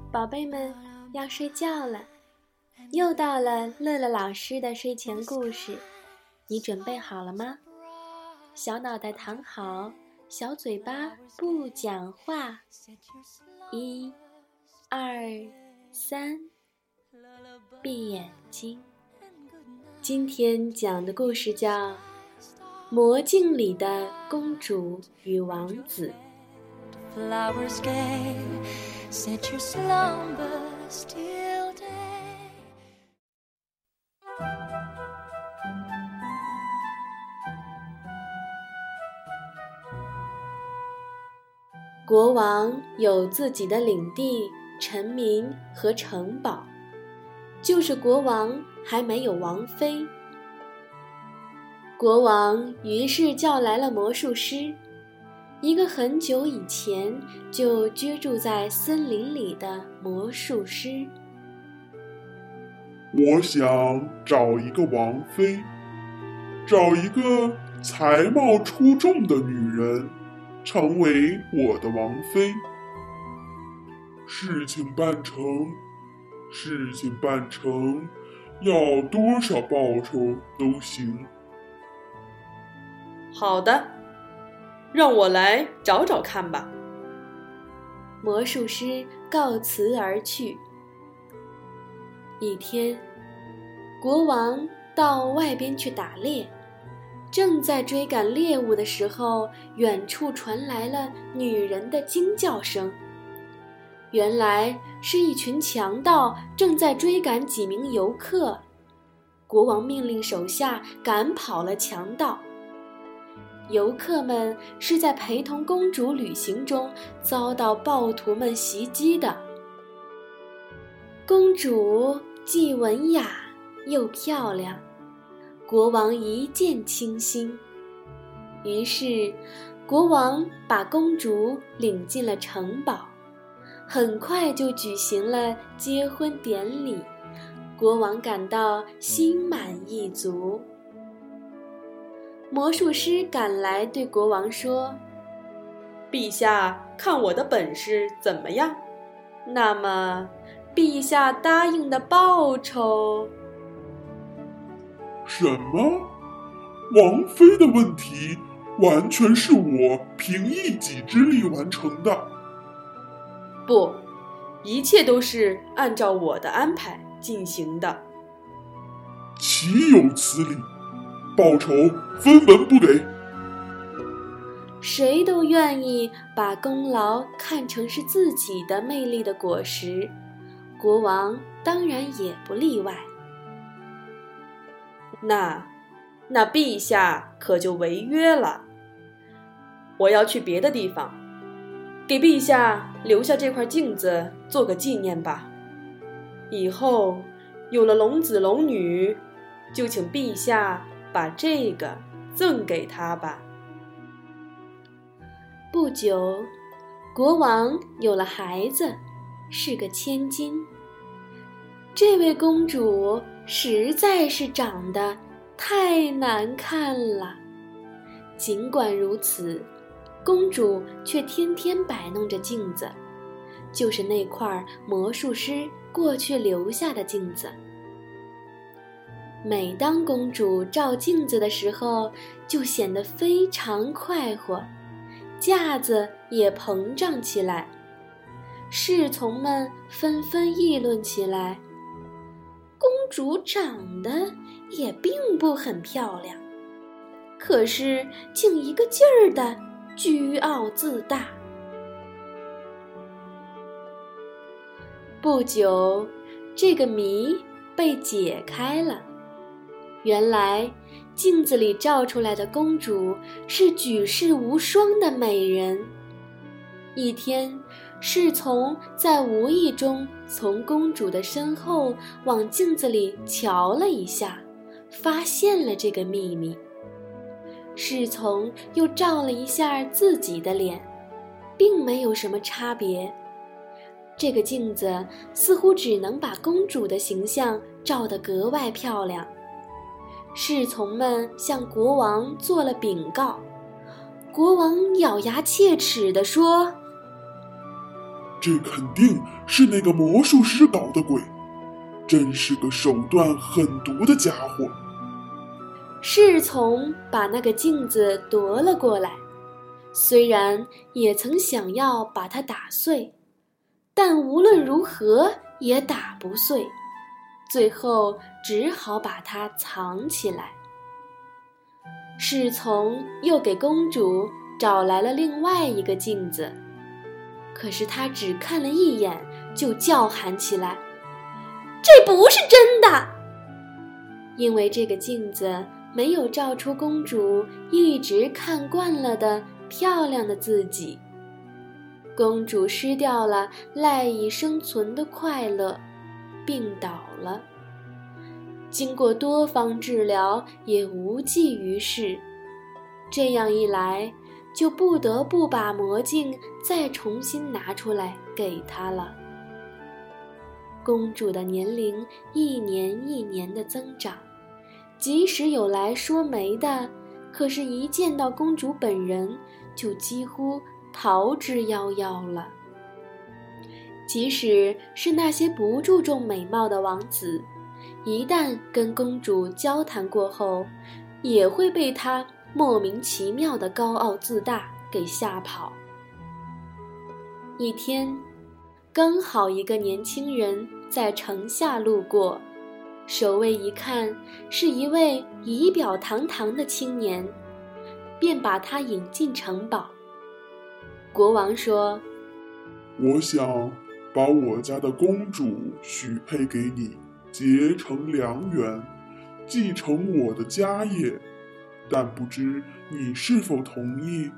宝贝们要睡觉了，又到了乐乐老师的睡前故事，你准备好了吗？小脑袋躺好，小嘴巴不讲话。1、2、3，闭眼睛。今天讲的故事叫《魔镜里的公主与王子》。 Flowers gay, set your slumbers till day. 国王有自己的领地、臣民和城堡，就是国王还没有王妃。国王于是叫来了魔术师，一个很久以前就居住在森林里的魔术师。 我想找一个王妃，找一个才貌出众的女人，成为我的王妃。事情办成，要多少报酬都行。 好的，让我来找找看吧。 魔术师告辞而去。一天，国王到外边去打猎，正在追赶猎物的时候，远处传来了女人的惊叫声。原来是一群强盗正在追赶几名游客。国王命令手下赶跑了强盗。游客们是在陪同公主旅行中遭到暴徒们袭击的。公主既文雅又漂亮，国王一见倾心。于是，国王把公主领进了城堡，很快就举行了结婚典礼。国王感到心满意足。魔术师赶来对国王说：“ 陛下，看我的本事怎么样？那么，陛下答应的报酬……” 什么？王妃的问题完全是我凭一己之力完成的？ 不，一切都是按照我的安排进行的。 岂有此理！报酬分文不给。 谁都愿意把功劳看成是自己的魅力的果实，国王当然也不例外。 那陛下可就违约了。我要去别的地方，给陛下留下这块镜子做个纪念吧。以后有了龙子龙女，就请陛下把这个赠给他吧。 不久，国王有了孩子，是个千金。这位公主实在是长得太难看了。尽管如此，公主却天天摆弄着镜子，就是那块魔术师过去留下的镜子。每当公主照镜子的时候，就显得非常快活，架子也膨胀起来。侍从们纷纷议论起来，公主长得也并不很漂亮，可是竟一个劲儿的倨傲自大。不久，这个谜被解开了。原来，镜子里照出来的公主是举世无双的美人。一天，侍从在无意中从公主的身后往镜子里瞧了一下，发现了这个秘密。侍从又照了一下自己的脸，并没有什么差别。这个镜子似乎只能把公主的形象照得格外漂亮。侍从们向国王做了禀告，国王咬牙切齿地说：“ 这肯定是那个魔术师搞的鬼，真是个手段狠毒的家伙。 侍从把那个镜子夺了过来，虽然也曾想要把它打碎，但无论如何也打不碎，最后只好把它藏起来。侍从又给公主找来了另外一个镜子，可是她只看了一眼就叫喊起来：“这不是真的！”因为这个镜子没有照出公主一直看惯了的漂亮的自己，公主失掉了赖以生存的快乐，病倒了。经过多方治疗也无济于事，这样一来就不得不把魔镜再重新拿出来给她了。公主的年龄一年一年的增长，即使有来说媒的，可是一见到公主本人就几乎逃之夭夭了。即使是那些不注重美貌的王子，一旦跟公主交谈过后，也会被她莫名其妙的高傲自大给吓跑。一天，刚好一个年轻人在城下路过，守卫一看是一位仪表堂堂的青年，便把他引进城堡。国王说：“ 我想把我家的公主许配给你，结成良缘，继承我的家业，但不知你是否同意？”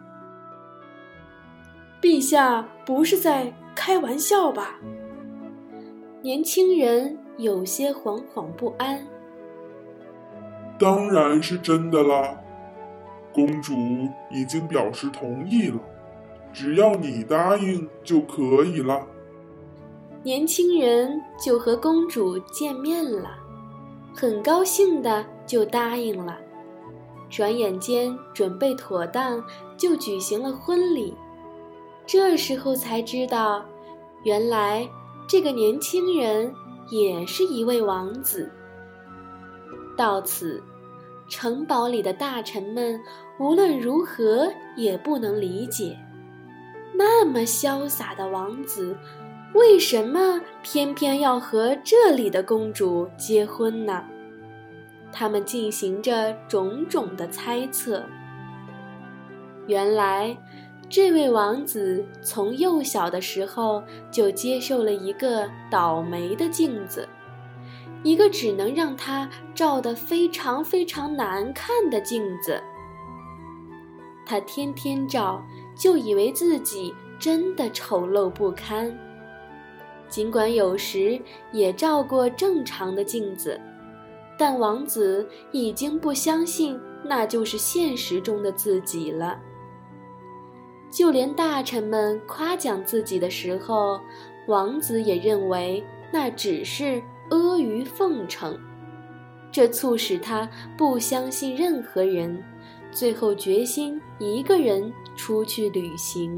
陛下不是在开玩笑吧？ 年轻人有些惶惶不安。 当然是真的啦，公主已经表示同意了，只要你答应就可以了。 年轻人就和公主见面了，很高兴的就答应了。转眼间准备妥当，就举行了婚礼。这时候才知道，原来这个年轻人也是一位王子。到此，城堡里的大臣们无论如何也不能理解，那么潇洒的王子为什么偏偏要和这里的公主结婚呢？他们进行着种种的猜测。原来这位王子从幼小的时候就接受了一个倒霉的镜子，一个只能让他照得非常非常难看的镜子。他天天照，就以为自己真的丑陋不堪。尽管有时也照过正常的镜子，但王子已经不相信那就是现实中的自己了。就连大臣们夸奖自己的时候，王子也认为那只是阿谀奉承，这促使他不相信任何人，最后决心一个人出去旅行。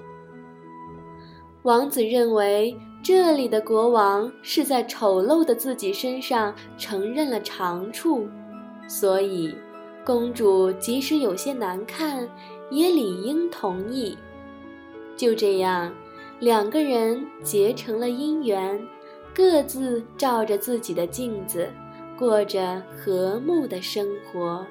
王子认为这里的国王是在丑陋的自己身上承认了长处，所以公主即使有些难看，也理应同意。就这样，两个人结成了姻缘，各自照着自己的镜子，过着和睦的生活。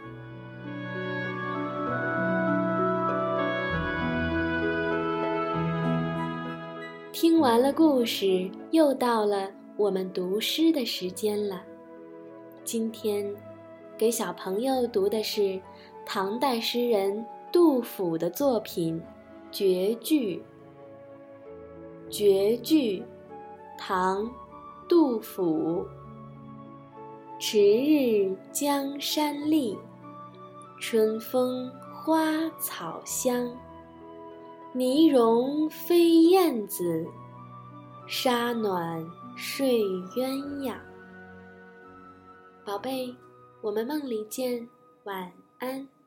听完了故事，又到了我们读诗的时间了。今天给小朋友读的是唐代诗人杜甫的作品《绝句》。绝句，唐，杜甫。迟日江山丽，春风花草香。泥融飞燕子，沙暖睡鸳鸯。宝贝，我们梦里见，晚安。